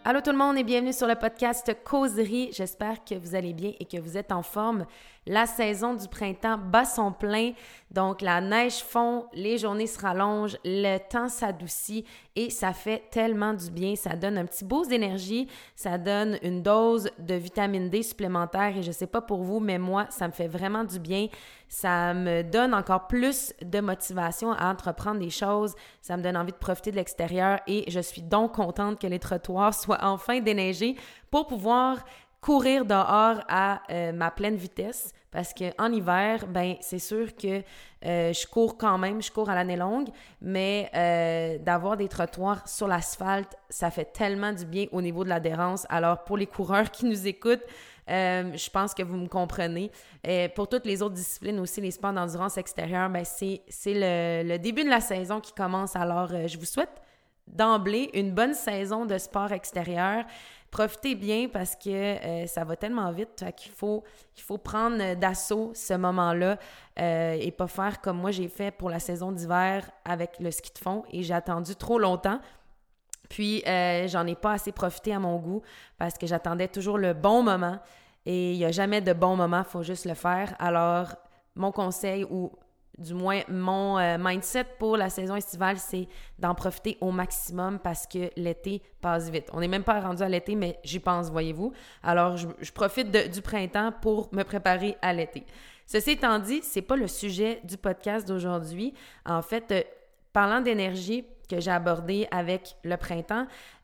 Allô tout le monde et bienvenue sur le podcast Causerie. J'espère que vous allez bien et que vous êtes en forme. La saison du printemps bat son plein, donc la neige fond, les journées se rallongent, le temps s'adoucit et ça fait tellement du bien. Ça donne un petit boost d'énergie, ça donne une dose de vitamine D supplémentaire et je sais pas pour vous, mais moi, ça me fait vraiment du bien. Ça me donne encore plus de motivation à entreprendre des choses. Ça me donne envie de profiter de l'extérieur et je suis donc contente que les trottoirs soient enfin déneigés pour pouvoir courir dehors à ma pleine vitesse parce qu'en hiver, ben c'est sûr que je cours quand même, je cours à l'année longue, mais d'avoir des trottoirs sur l'asphalte, ça fait tellement du bien au niveau de l'adhérence. Alors pour les coureurs qui nous écoutent, je pense que vous me comprenez. Pour toutes les autres disciplines aussi, les sports d'endurance extérieure, ben c'est le début de la saison qui commence. Alors, je vous souhaite d'emblée une bonne saison de sport extérieur. Profitez bien parce que ça va tellement vite qu'il faut prendre d'assaut ce moment-là et pas faire comme moi j'ai fait pour la saison d'hiver avec le ski de fond et j'ai attendu trop longtemps. Puis, j'en ai pas assez profité à mon goût parce que j'attendais toujours le bon moment et il n'y a jamais de bon moment, il faut juste le faire. Alors, mon conseil ou du moins mon mindset pour la saison estivale, c'est d'en profiter au maximum parce que l'été passe vite. On n'est même pas rendu à l'été, mais j'y pense, voyez-vous. Alors, je profite du printemps pour me préparer à l'été. Ceci étant dit, c'est pas le sujet du podcast d'aujourd'hui. En fait, parlant d'énergie que j'ai abordé avec le printemps,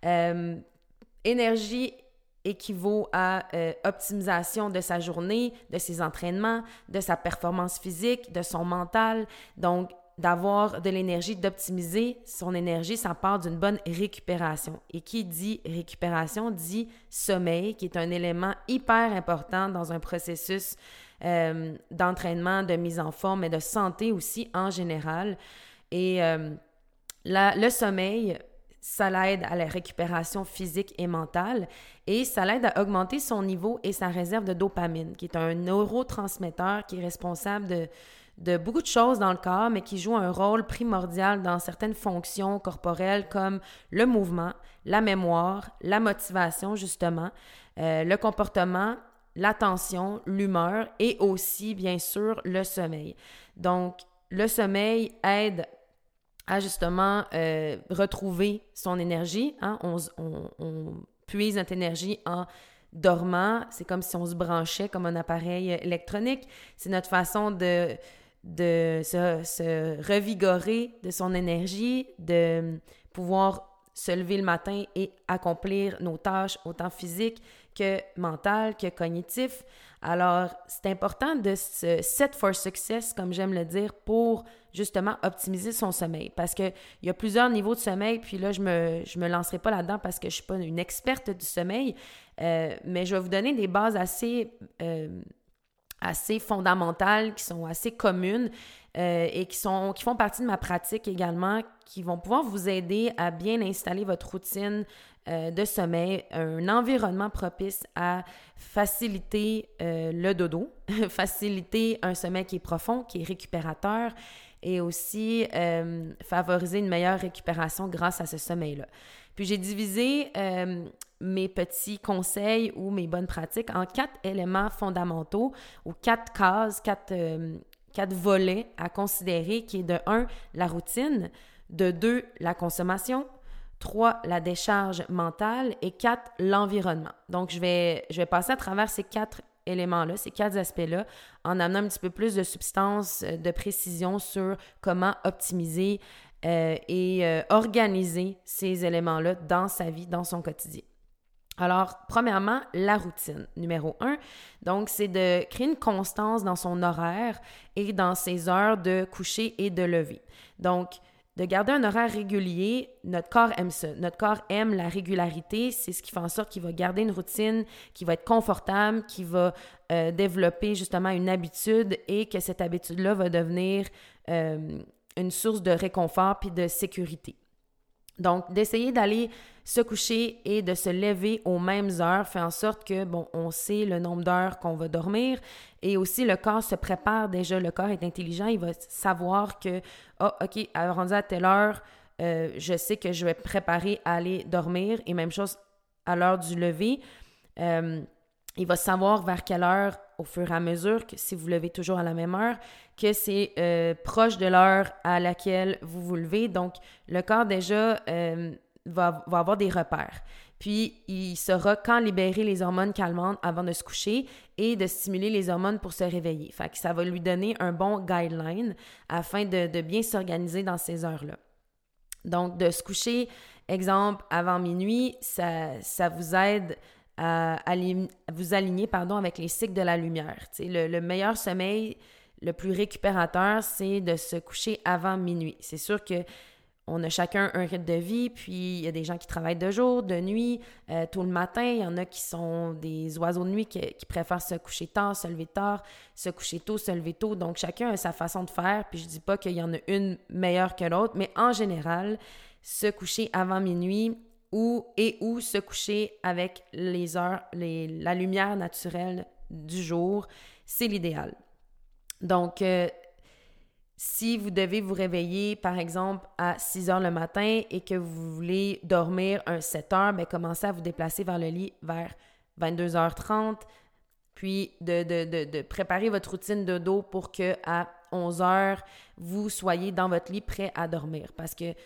énergie équivaut à optimisation de sa journée, de ses entraînements, de sa performance physique, de son mental. Donc, d'avoir de l'énergie, d'optimiser son énergie, ça part d'une bonne récupération. Et qui dit récupération dit sommeil, qui est un élément hyper important dans un processus d'entraînement, de mise en forme et de santé aussi en général. Et le sommeil, ça l'aide à la récupération physique et mentale et ça l'aide à augmenter son niveau et sa réserve de dopamine, qui est un neurotransmetteur qui est responsable de beaucoup de choses dans le corps, mais qui joue un rôle primordial dans certaines fonctions corporelles comme le mouvement, la mémoire, la motivation justement, le comportement, l'attention, l'humeur et aussi, bien sûr, le sommeil. Donc, le sommeil aide à justement retrouver son énergie. Hein? On puise notre énergie en dormant. C'est comme si on se branchait comme un appareil électronique. C'est notre façon de se revigorer de son énergie, de pouvoir se lever le matin et accomplir nos tâches autant physiques que mentales, que cognitives. Alors, c'est important de se set for success, comme j'aime le dire, pour justement optimiser son sommeil. Parce qu'il y a plusieurs niveaux de sommeil, puis là, je me lancerai pas là-dedans parce que je suis pas une experte du sommeil, mais je vais vous donner des bases assez fondamentales, qui sont assez communes et qui font partie de ma pratique également, qui vont pouvoir vous aider à bien installer votre routine de sommeil, un environnement propice à faciliter le dodo, faciliter un sommeil qui est profond, qui est récupérateur et aussi favoriser une meilleure récupération grâce à ce sommeil-là. Puis j'ai divisé mes petits conseils ou mes bonnes pratiques en 4 éléments fondamentaux ou 4 cases, 4 volets à considérer qui est de 1, la routine, de 2, la consommation, 3, la décharge mentale et 4, l'environnement. Donc, je vais passer à travers ces 4 éléments-là, ces 4 aspects-là, en amenant un petit peu plus de substance, de précision sur comment optimiser et organiser ces éléments-là dans sa vie, dans son quotidien. Alors, premièrement, la routine, numéro 1. Donc, c'est de créer une constance dans son horaire et dans ses heures de coucher et de lever. Donc, de garder un horaire régulier, notre corps aime ça. Notre corps aime la régularité. C'est ce qui fait en sorte qu'il va garder une routine, qui va être confortable, qui va développer justement une habitude et que cette habitude-là va devenir une source de réconfort puis de sécurité. Donc, d'essayer d'aller se coucher et de se lever aux mêmes heures fait en sorte que, on sait le nombre d'heures qu'on va dormir et aussi le corps se prépare déjà. Le corps est intelligent, il va savoir que, OK, rendu à telle heure, je sais que je vais me préparer à aller dormir et même chose à l'heure du lever. Il va savoir vers quelle heure, au fur et à mesure, que si vous levez toujours à la même heure, que c'est proche de l'heure à laquelle vous vous levez. Donc, le corps déjà va avoir des repères. Puis, il saura quand libérer les hormones calmantes avant de se coucher et de stimuler les hormones pour se réveiller. Fait que ça va lui donner un bon guideline afin de bien s'organiser dans ces heures-là. Donc, de se coucher, exemple, avant minuit, ça vous aide à vous aligner avec les cycles de la lumière. Le meilleur sommeil, le plus récupérateur, c'est de se coucher avant minuit. C'est sûr que on a chacun un rythme de vie, puis il y a des gens qui travaillent de jour, de nuit, tôt le matin. Il y en a qui sont des oiseaux de nuit qui préfèrent se coucher tard, se lever tard, se coucher tôt, se lever tôt. Donc, chacun a sa façon de faire, puis je dis pas qu'il y en a une meilleure que l'autre, mais en général, se coucher avant minuit ou se coucher avec les heures, la lumière naturelle du jour, c'est l'idéal. Donc, si vous devez vous réveiller, par exemple, à 6 heures le matin et que vous voulez dormir un 7 heures, bien, commencez à vous déplacer vers le lit vers 22h30, puis de préparer votre routine de dos pour qu'à 11 heures, vous soyez dans votre lit prêt à dormir. Parce que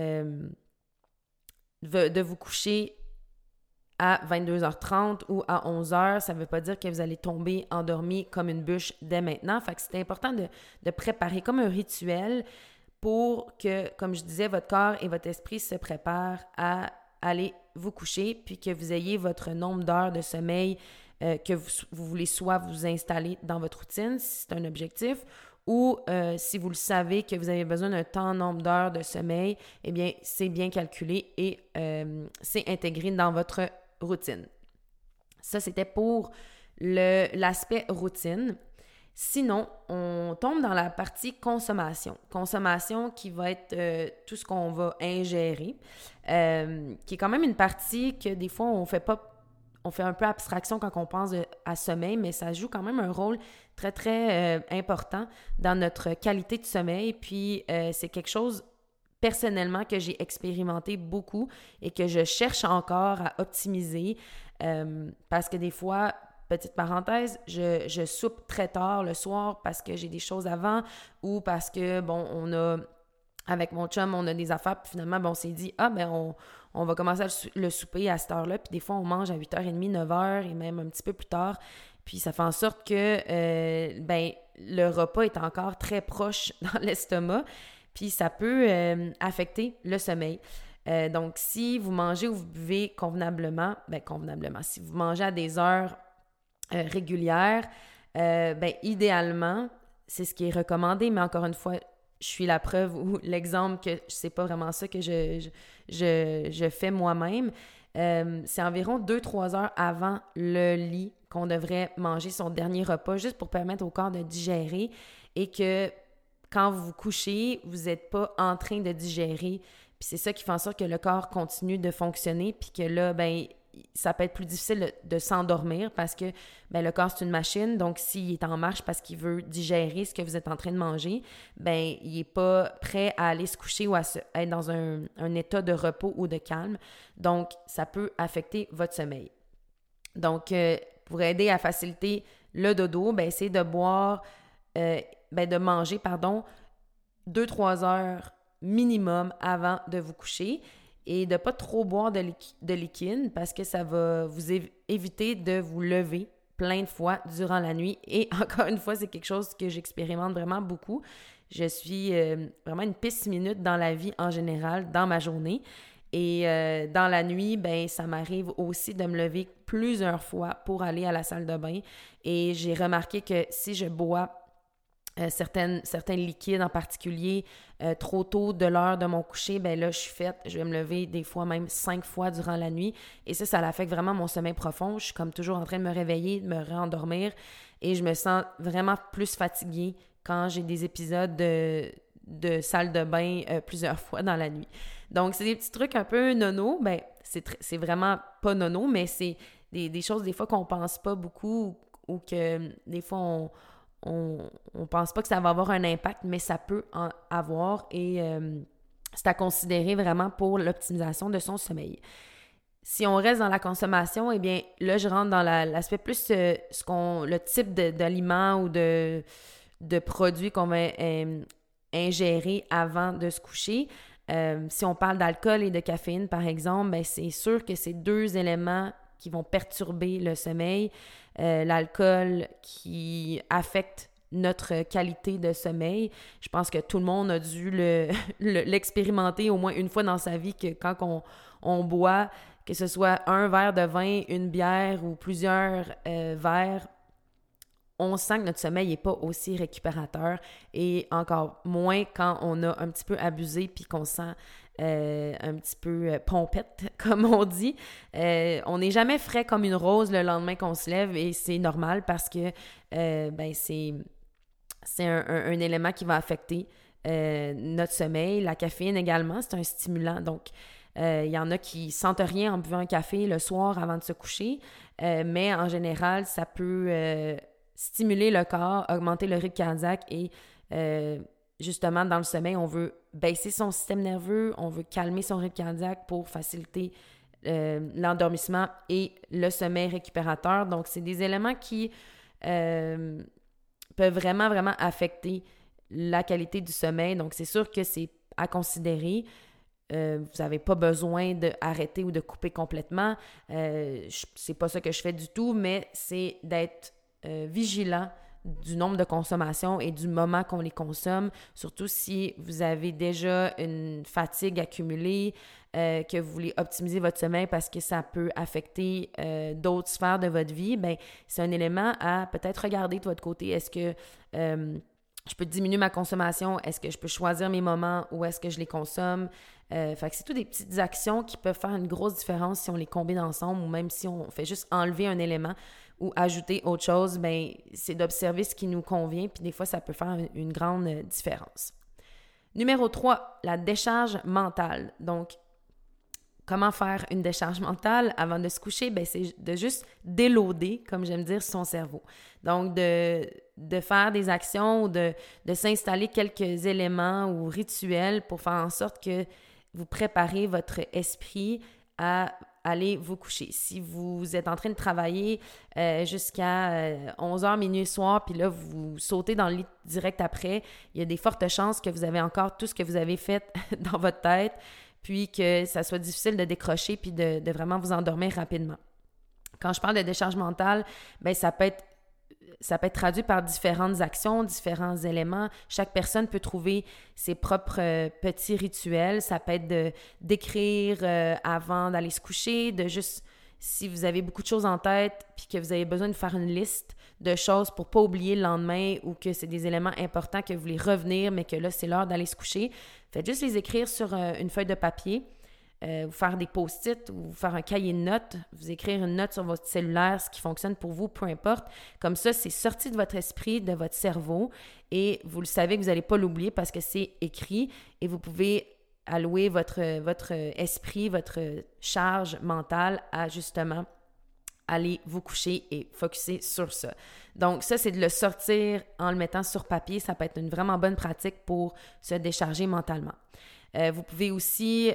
de vous coucher à 22h30 ou à 11h, ça ne veut pas dire que vous allez tomber endormi comme une bûche dès maintenant. Fait que c'est important de préparer comme un rituel pour que, comme je disais, votre corps et votre esprit se préparent à aller vous coucher, puis que vous ayez votre nombre d'heures de sommeil que vous voulez soit vous installer dans votre routine, si c'est un objectif, ou si vous le savez que vous avez besoin d'un nombre d'heures de sommeil, eh bien, c'est bien calculé et c'est intégré dans votre routine. Ça, c'était pour l'aspect routine. Sinon, on tombe dans la partie consommation. Consommation qui va être tout ce qu'on va ingérer, qui est quand même une partie que des fois, on fait un peu abstraction quand on pense à sommeil, mais ça joue quand même un rôle très, très important dans notre qualité de sommeil. Puis, c'est quelque chose personnellement que j'ai expérimenté beaucoup et que je cherche encore à optimiser parce que des fois, petite parenthèse, je soupe très tard le soir parce que j'ai des choses avant ou parce que, bon, avec mon chum, on a des affaires, puis finalement, on s'est dit, on va commencer le souper à cette heure-là, puis des fois, on mange à 8h30, 9h et même un petit peu plus tard. Puis ça fait en sorte que, le repas est encore très proche dans l'estomac, puis ça peut affecter le sommeil. Donc, si vous mangez ou vous buvez convenablement, si vous mangez à des heures régulières, idéalement, c'est ce qui est recommandé, mais encore une fois, je suis la preuve ou l'exemple que c'est pas vraiment ça que je fais moi-même. C'est environ 2-3 heures avant le lit qu'on devrait manger son dernier repas, juste pour permettre au corps de digérer et que quand vous vous couchez, vous n'êtes pas en train de digérer. Puis c'est ça qui fait en sorte que le corps continue de fonctionner, puis que là, ça peut être plus difficile de s'endormir parce que le corps, c'est une machine. Donc, s'il est en marche parce qu'il veut digérer ce que vous êtes en train de manger, il n'est pas prêt à aller se coucher ou à être dans un état de repos ou de calme. Donc, ça peut affecter votre sommeil. Donc, pour aider à faciliter le dodo, essayez de de manger, 2-3 heures minimum avant de vous coucher et de ne pas trop boire de liquide parce que ça va vous éviter de vous lever plein de fois durant la nuit. Et encore une fois, c'est quelque chose que j'expérimente vraiment beaucoup. Je suis vraiment une pisse minute dans la vie en général, dans ma journée. Et dans la nuit, ça m'arrive aussi de me lever plusieurs fois pour aller à la salle de bain. Et j'ai remarqué que si je bois certains liquides en particulier trop tôt de l'heure de mon coucher, là, je suis faite. Je vais me lever des fois même 5 fois durant la nuit. Et ça affecte vraiment mon sommeil profond. Je suis comme toujours en train de me réveiller, de me réendormir. Et je me sens vraiment plus fatiguée quand j'ai des épisodes de salle de bain plusieurs fois dans la nuit. Donc, c'est des petits trucs un peu nono. C'est vraiment pas nono, mais c'est des choses des fois qu'on pense pas beaucoup ou que des fois on pense pas que ça va avoir un impact, mais ça peut en avoir et c'est à considérer vraiment pour l'optimisation de son sommeil. Si on reste dans la consommation, eh bien, là, je rentre dans l'aspect plus le type d'aliments ou de produits qu'on va ingérer avant de se coucher. Si on parle d'alcool et de caféine, par exemple, ben, c'est sûr que c'est deux éléments qui vont perturber le sommeil. L'alcool qui affecte notre qualité de sommeil. Je pense que tout le monde a dû l'expérimenter au moins une fois dans sa vie, que quand on boit, que ce soit un verre de vin, une bière ou plusieurs verres, on sent que notre sommeil n'est pas aussi récupérateur et encore moins quand on a un petit peu abusé puis qu'on sent un petit peu pompette, comme on dit. On n'est jamais frais comme une rose le lendemain qu'on se lève et c'est normal parce que c'est un élément qui va affecter notre sommeil. La caféine également, c'est un stimulant. Donc, il y en a qui sentent rien en buvant un café le soir avant de se coucher, mais en général, ça peut stimuler le corps, augmenter le rythme cardiaque et justement, dans le sommeil, on veut baisser son système nerveux, on veut calmer son rythme cardiaque pour faciliter l'endormissement et le sommeil récupérateur. Donc, c'est des éléments qui peuvent vraiment, vraiment affecter la qualité du sommeil. Donc, c'est sûr que c'est à considérer. Vous n'avez pas besoin d'arrêter ou de couper complètement. C'est pas ça que je fais du tout, mais c'est d'être vigilant du nombre de consommations et du moment qu'on les consomme, surtout si vous avez déjà une fatigue accumulée, que vous voulez optimiser votre sommeil parce que ça peut affecter d'autres sphères de votre vie. Bien, c'est un élément à peut-être regarder de votre côté. Est-ce que je peux diminuer ma consommation? Est-ce que je peux choisir mes moments où est-ce que je les consomme? Fait que c'est toutes des petites actions qui peuvent faire une grosse différence si on les combine ensemble ou même si on fait juste enlever un élément ou ajouter autre chose, bien, c'est d'observer ce qui nous convient, puis des fois, ça peut faire une grande différence. Numéro 3, la décharge mentale. Donc, comment faire une décharge mentale avant de se coucher? Bien, c'est de juste déloader, comme j'aime dire, son cerveau. Donc, de faire des actions ou de s'installer quelques éléments ou rituels pour faire en sorte que vous préparez votre esprit à aller vous coucher. Si vous êtes en train de travailler jusqu'à 11h, minuit, soir, puis là, vous sautez dans le lit direct après, il y a des fortes chances que vous avez encore tout ce que vous avez fait dans votre tête, puis que ça soit difficile de décrocher puis de vraiment vous endormir rapidement. Quand je parle de décharge mentale, bien, ça peut être traduit par différentes actions, différents éléments. Chaque personne peut trouver ses propres petits rituels. Ça peut être d'écrire avant d'aller se coucher, de juste, si vous avez beaucoup de choses en tête puis que vous avez besoin de faire une liste de choses pour ne pas oublier le lendemain ou que c'est des éléments importants que vous voulez revenir, mais que là, c'est l'heure d'aller se coucher. Faites juste les écrire sur une feuille de papier. Vous faire des post-it ou faire un cahier de notes, vous écrire une note sur votre cellulaire, ce qui fonctionne pour vous, peu importe. Comme ça, c'est sorti de votre esprit, de votre cerveau et vous le savez que vous n'allez pas l'oublier parce que c'est écrit et vous pouvez allouer votre esprit, votre charge mentale à justement aller vous coucher et focusser sur ça. Donc ça, c'est de le sortir en le mettant sur papier. Ça peut être une vraiment bonne pratique pour se décharger mentalement. Vous pouvez aussi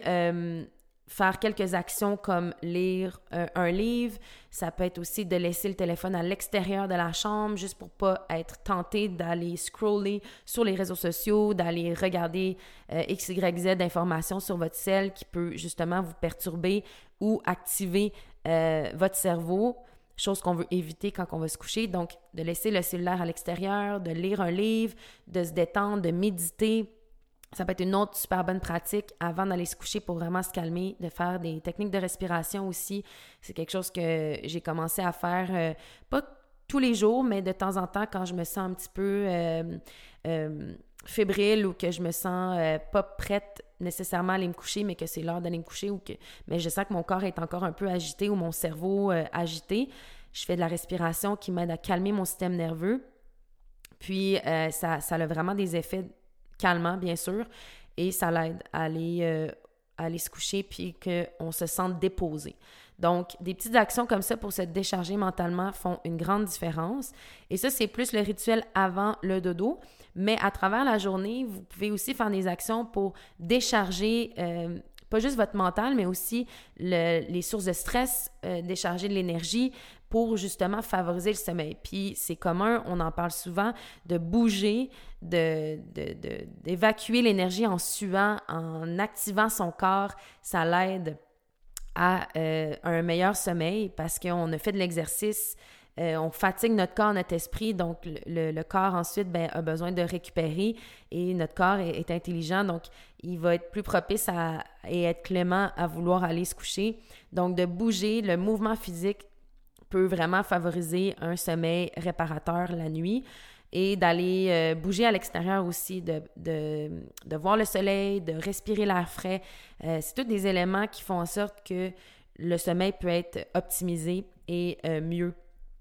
faire quelques actions comme lire un livre. Ça peut être aussi de laisser le téléphone à l'extérieur de la chambre juste pour pas être tenté d'aller scroller sur les réseaux sociaux, d'aller regarder X, Y, Z d'informations sur votre cell qui peut justement vous perturber ou activer votre cerveau, chose qu'on veut éviter quand on va se coucher. Donc, de laisser le cellulaire à l'extérieur, de lire un livre, de se détendre, de méditer. Ça peut être une autre super bonne pratique avant d'aller se coucher pour vraiment se calmer, de faire des techniques de respiration aussi. C'est quelque chose que j'ai commencé à faire, pas tous les jours, mais de temps en temps quand je me sens un petit peu fébrile ou que je me sens pas prête nécessairement à aller me coucher, mais que c'est l'heure d'aller me coucher mais je sens que mon corps est encore un peu agité ou mon cerveau agité. Je fais de la respiration qui m'aide à calmer mon système nerveux. Puis, ça a vraiment des effets calmant, bien sûr, et ça l'aide à aller se coucher puis qu'on se sente déposé. Donc, des petites actions comme ça pour se décharger mentalement font une grande différence. Et ça, c'est plus le rituel avant le dodo. Mais à travers la journée, vous pouvez aussi faire des actions pour décharger pas juste votre mental, mais aussi les sources de stress, décharger de l'énergie pour justement favoriser le sommeil. Puis c'est commun, on en parle souvent, de bouger, d'évacuer l'énergie en suant, en activant son corps, ça l'aide à un meilleur sommeil parce qu'on a fait de l'exercice, on fatigue notre corps, notre esprit, donc le corps ensuite a besoin de récupérer et notre corps est intelligent, donc il va être plus propice et être clément à vouloir aller se coucher. Donc de bouger, le mouvement physique peut vraiment favoriser un sommeil réparateur la nuit et d'aller bouger à l'extérieur aussi, de voir le soleil, de respirer l'air frais. C'est tous des éléments qui font en sorte que le sommeil peut être optimisé et mieux,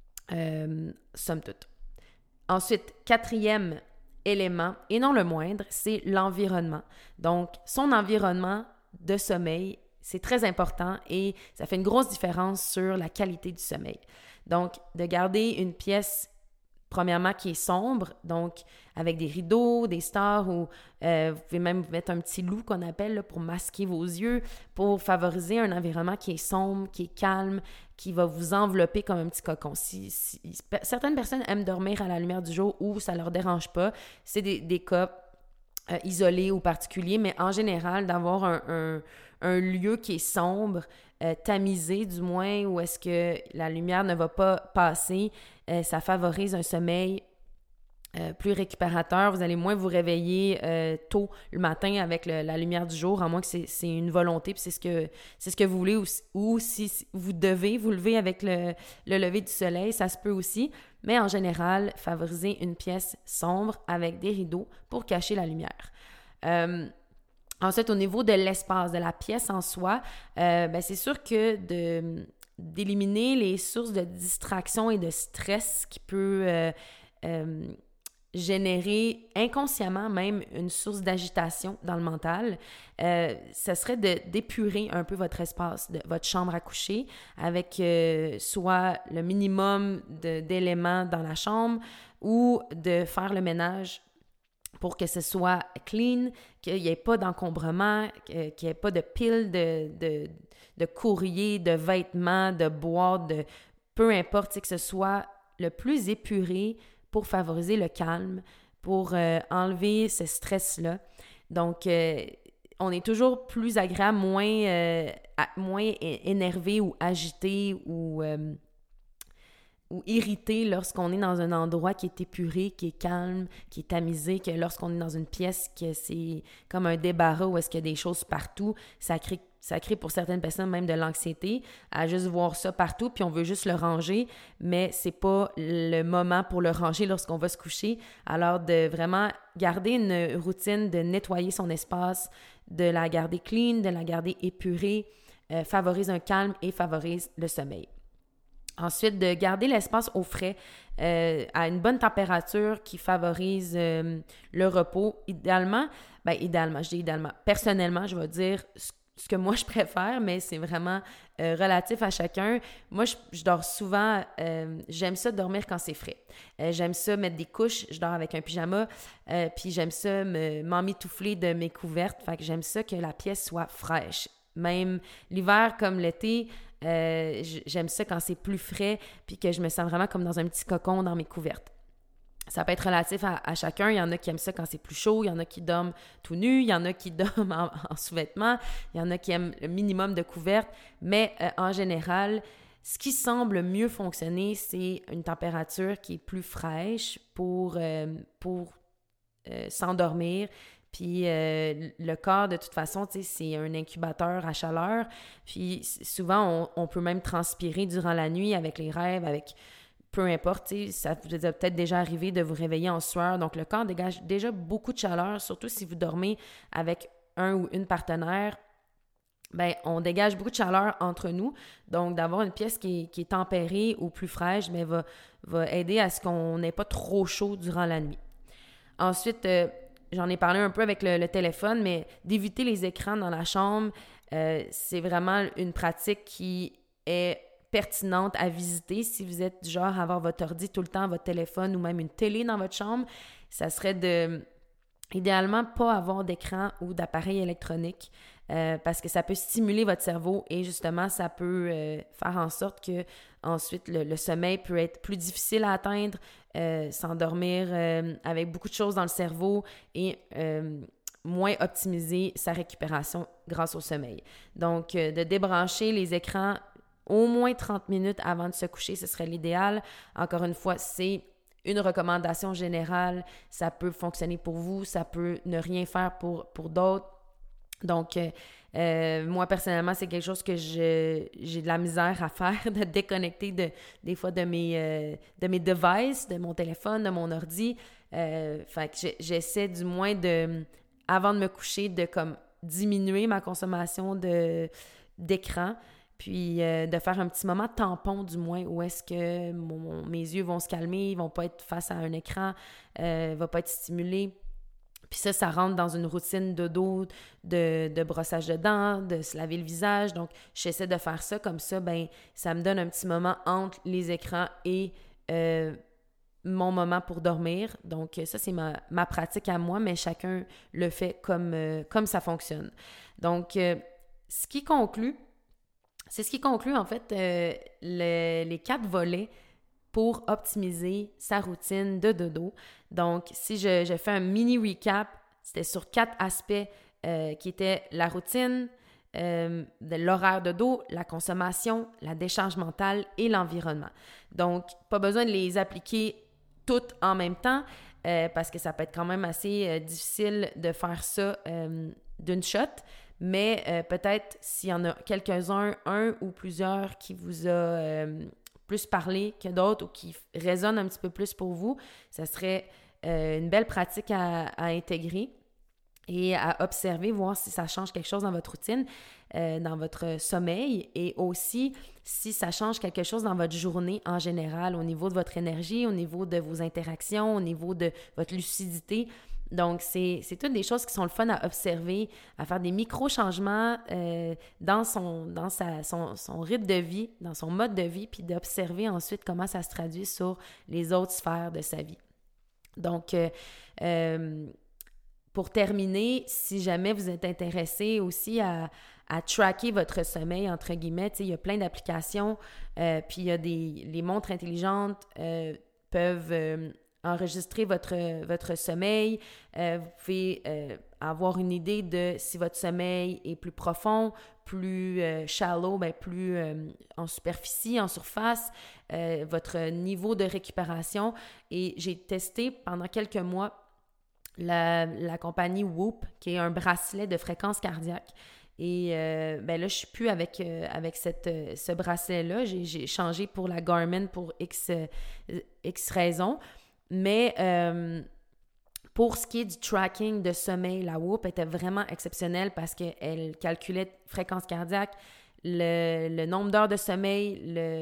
somme toute. Ensuite, 4e élément, et non le moindre, c'est l'environnement. Donc, son environnement de sommeil, c'est très important et ça fait une grosse différence sur la qualité du sommeil. Donc, de garder une pièce premièrement qui est sombre, donc avec des rideaux, des stores ou vous pouvez même vous mettre un petit loup qu'on appelle là, pour masquer vos yeux, pour favoriser un environnement qui est sombre, qui est calme, qui va vous envelopper comme un petit cocon. Certaines personnes aiment dormir à la lumière du jour ou ça ne leur dérange pas, c'est des cas isolés ou particuliers, mais en général, d'avoir un lieu qui est sombre, tamisé du moins, où est-ce que la lumière ne va pas passer, ça favorise un sommeil plus récupérateur. Vous allez moins vous réveiller tôt le matin avec la lumière du jour, à moins que c'est une volonté, puis c'est ce que vous voulez, ou si vous devez vous lever avec le lever du soleil, ça se peut aussi. Mais en général, favoriser une pièce sombre avec des rideaux pour cacher la lumière. Ensuite, au niveau de l'espace, de la pièce en soi, c'est sûr que d'éliminer les sources de distraction et de stress qui peut générer inconsciemment même une source d'agitation dans le mental, ça serait d'épurer un peu votre espace, votre chambre à coucher avec soit le minimum d'éléments dans la chambre ou de faire le ménage pour que ce soit clean, qu'il n'y ait pas d'encombrement, qu'il n'y ait pas de piles de courrier, de vêtements, de boîtes, peu importe, que ce soit le plus épuré pour favoriser le calme, pour enlever ce stress-là. Donc, on est toujours plus agréable, moins énervé ou agité ou irrité lorsqu'on est dans un endroit qui est épuré, qui est calme, qui est tamisé, que lorsqu'on est dans une pièce que c'est comme un débarras où est-ce qu'il y a des choses partout, ça crée pour certaines personnes même de l'anxiété à juste voir ça partout, puis on veut juste le ranger, mais c'est pas le moment pour le ranger lorsqu'on va se coucher. Alors de vraiment garder une routine de nettoyer son espace, de la garder clean, de la garder épurée, favorise un calme et favorise le sommeil. Ensuite, de garder l'espace au frais à une bonne température qui favorise le repos. Idéalement, personnellement, je vais dire ce que moi je préfère, mais c'est vraiment relatif à chacun. Moi, je dors souvent, j'aime ça dormir quand c'est frais. J'aime ça mettre des couches, je dors avec un pyjama, puis j'aime ça m'emmitoufler de mes couvertes, fait que j'aime ça que la pièce soit fraîche. Même l'hiver comme l'été, j'aime ça quand c'est plus frais puis que je me sens vraiment comme dans un petit cocon dans mes couvertes. Ça peut être relatif à chacun. Il y en a qui aiment ça quand c'est plus chaud, il y en a qui dorment tout nus, il y en a qui dorment en sous-vêtements, il y en a qui aiment le minimum de couvertes, mais en général, ce qui semble mieux fonctionner, c'est une température qui est plus fraîche pour s'endormir. Puis le corps, de toute façon, c'est un incubateur à chaleur. Puis souvent, on peut même transpirer durant la nuit avec les rêves, avec peu importe. Ça vous est peut-être déjà arrivé de vous réveiller en sueur. Donc le corps dégage déjà beaucoup de chaleur, surtout si vous dormez avec un ou une partenaire. On dégage beaucoup de chaleur entre nous. Donc d'avoir une pièce qui est tempérée ou plus fraîche, va aider à ce qu'on n'ait pas trop chaud durant la nuit. Ensuite, j'en ai parlé un peu avec le téléphone, mais d'éviter les écrans dans la chambre, c'est vraiment une pratique qui est pertinente à visiter. Si vous êtes du genre à avoir votre ordi tout le temps, votre téléphone ou même une télé dans votre chambre, ça serait idéalement pas avoir d'écran ou d'appareil électronique parce que ça peut stimuler votre cerveau et justement, ça peut faire en sorte que ensuite le sommeil peut être plus difficile à atteindre, s'endormir avec beaucoup de choses dans le cerveau et moins optimiser sa récupération grâce au sommeil. Donc, de débrancher les écrans au moins 30 minutes avant de se coucher, ce serait l'idéal. Encore une fois, c'est une recommandation générale. Ça peut fonctionner pour vous, ça peut ne rien faire pour d'autres. Donc, moi, personnellement, c'est quelque chose que j'ai de la misère à faire, de déconnecter des fois de mes devices, de mon téléphone, de mon ordi. Fait que j'essaie du moins avant de me coucher, de comme diminuer ma consommation d'écran, puis de faire un petit moment tampon du moins où est-ce que mes yeux vont se calmer, ils vont pas être face à un écran, va pas être stimulé. Puis ça rentre dans une routine de dos, de brossage de dents, de se laver le visage. Donc, j'essaie de faire ça comme ça, ben ça me donne un petit moment entre les écrans et mon moment pour dormir. Donc, ça, c'est ma pratique à moi, mais chacun le fait comme ça fonctionne. Donc, c'est ce qui conclut, en fait, les 4 volets pour optimiser sa routine de dodo. Donc, si je fais un mini recap, c'était sur 4 aspects qui étaient la routine, l'horaire de dos, la consommation, la décharge mentale et l'environnement. Donc, pas besoin de les appliquer toutes en même temps parce que ça peut être quand même assez difficile de faire ça d'une shot, mais peut-être s'il y en a quelques-uns, un ou plusieurs qui vous a plus parlé que d'autres ou qui résonnent un petit peu plus pour vous, ça serait une belle pratique à intégrer et à observer, voir si ça change quelque chose dans votre routine, dans votre sommeil et aussi si ça change quelque chose dans votre journée en général, au niveau de votre énergie, au niveau de vos interactions, au niveau de votre lucidité. Donc, c'est toutes des choses qui sont le fun à observer, à faire des micro-changements dans son rythme de vie, dans son mode de vie, puis d'observer ensuite comment ça se traduit sur les autres sphères de sa vie. Donc, pour terminer, si jamais vous êtes intéressé aussi à tracker votre sommeil, entre guillemets, il y a plein d'applications, puis il y a les montres intelligentes peuvent enregistrer votre sommeil. Vous pouvez avoir une idée de si votre sommeil est plus profond, plus shallow, plus en superficie, en surface, votre niveau de récupération. Et j'ai testé pendant quelques mois la compagnie Whoop, qui est un bracelet de fréquence cardiaque. Et là, je ne suis plus avec ce bracelet-là. J'ai changé pour la Garmin pour X raisons. Mais pour ce qui est du tracking de sommeil, la Whoop était vraiment exceptionnelle parce qu'elle calculait fréquence cardiaque, le nombre d'heures de sommeil,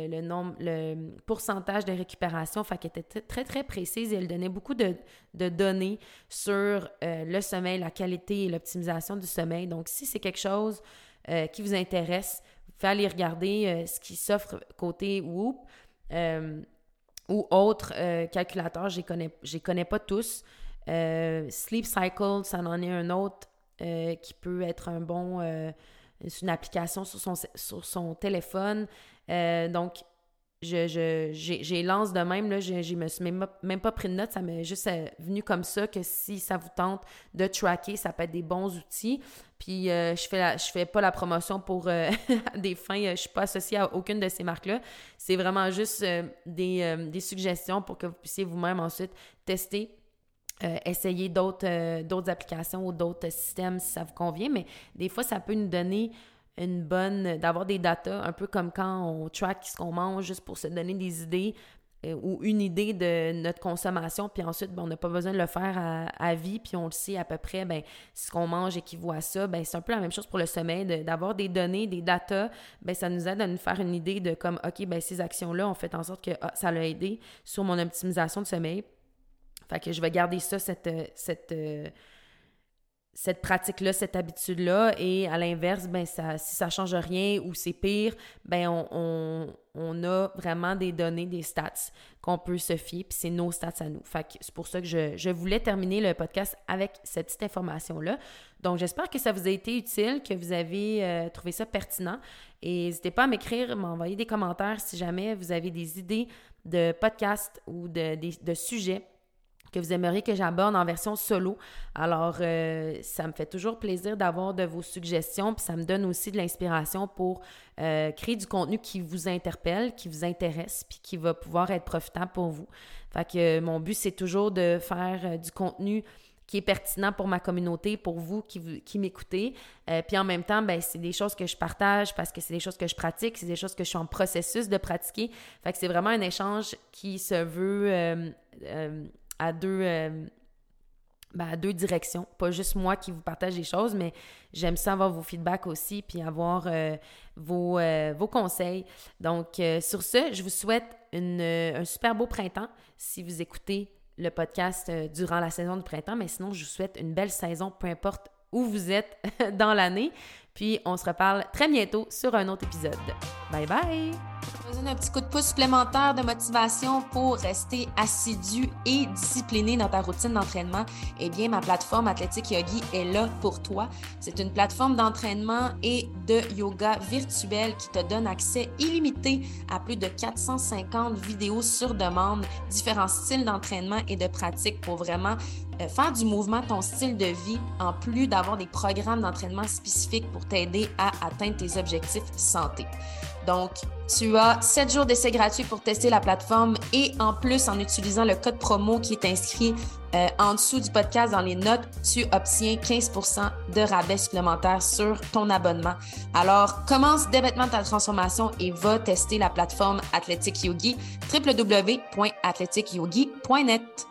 le pourcentage de récupération, fait qu'elle était très, très précise et elle donnait beaucoup de données sur le sommeil, la qualité et l'optimisation du sommeil. Donc, si c'est quelque chose qui vous intéresse, vous pouvez aller regarder ce qui s'offre côté Whoop ou autres calculateurs, je les connais pas tous. Sleep Cycle, ça en est un autre qui peut être un bon... c'est une application sur son téléphone. Donc, j'ai lance de même. Là, je me suis même pas pris de notes. Ça m'est juste venu comme ça que si ça vous tente de tracker, ça peut être des bons outils. Puis, je fais pas la promotion pour des fins. Je suis pas associée à aucune de ces marques-là. C'est vraiment juste des suggestions pour que vous puissiez vous-même ensuite tester. Essayer d'autres applications ou d'autres systèmes si ça vous convient, mais des fois, ça peut nous donner d'avoir des datas, un peu comme quand on track ce qu'on mange juste pour se donner des idées ou une idée de notre consommation, puis ensuite, on n'a pas besoin de le faire à vie, puis on le sait à peu près, ce qu'on mange équivaut à ça. C'est un peu la même chose pour le sommeil, d'avoir des données, des datas, ça nous aide à nous faire une idée de comme, OK, ces actions-là ont fait en sorte que ça l'a aidé sur mon optimisation de sommeil. Fait que je vais garder ça, cette pratique-là, cette habitude-là, et à l'inverse, ben si ça ne change rien ou c'est pire, ben on a vraiment des données, des stats qu'on peut se fier, puis c'est nos stats à nous. Fait que c'est pour ça que je voulais terminer le podcast avec cette petite information-là. Donc, j'espère que ça vous a été utile, que vous avez trouvé ça pertinent. Et n'hésitez pas à m'écrire, m'envoyer des commentaires si jamais vous avez des idées de podcasts ou de sujets que vous aimeriez que j'aborde en version solo. Alors, ça me fait toujours plaisir d'avoir de vos suggestions, puis ça me donne aussi de l'inspiration pour créer du contenu qui vous interpelle, qui vous intéresse, puis qui va pouvoir être profitable pour vous. Fait que mon but, c'est toujours de faire du contenu qui est pertinent pour ma communauté, pour vous qui m'écoutez. Puis en même temps, ben c'est des choses que je partage parce que c'est des choses que je pratique, c'est des choses que je suis en processus de pratiquer. Fait que c'est vraiment un échange qui se veut à deux directions. Pas juste moi qui vous partage des choses, mais j'aime ça avoir vos feedbacks aussi, puis avoir vos conseils. Donc, sur ce, je vous souhaite un super beau printemps si vous écoutez le podcast durant la saison du printemps, mais sinon, je vous souhaite une belle saison, peu importe où vous êtes dans l'année. Puis, on se reparle très bientôt sur un autre épisode. Bye bye! Je vous donne un petit coup de pouce supplémentaire de motivation pour rester assidu et discipliné dans ta routine d'entraînement. Eh bien, ma plateforme Athletic Yogi est là pour toi. C'est une plateforme d'entraînement et de yoga virtuel qui te donne accès illimité à plus de 450 vidéos sur demande, différents styles d'entraînement et de pratique pour vraiment faire du mouvement ton style de vie, en plus d'avoir des programmes d'entraînement spécifiques pour t'aider à atteindre tes objectifs santé. Donc, tu as 7 jours d'essai gratuit pour tester la plateforme et en plus, en utilisant le code promo qui est inscrit en dessous du podcast dans les notes, tu obtiens 15% de rabais supplémentaire sur ton abonnement. Alors, commence dès maintenant ta transformation et va tester la plateforme Athletic Yogi, www.athleticyogi.net.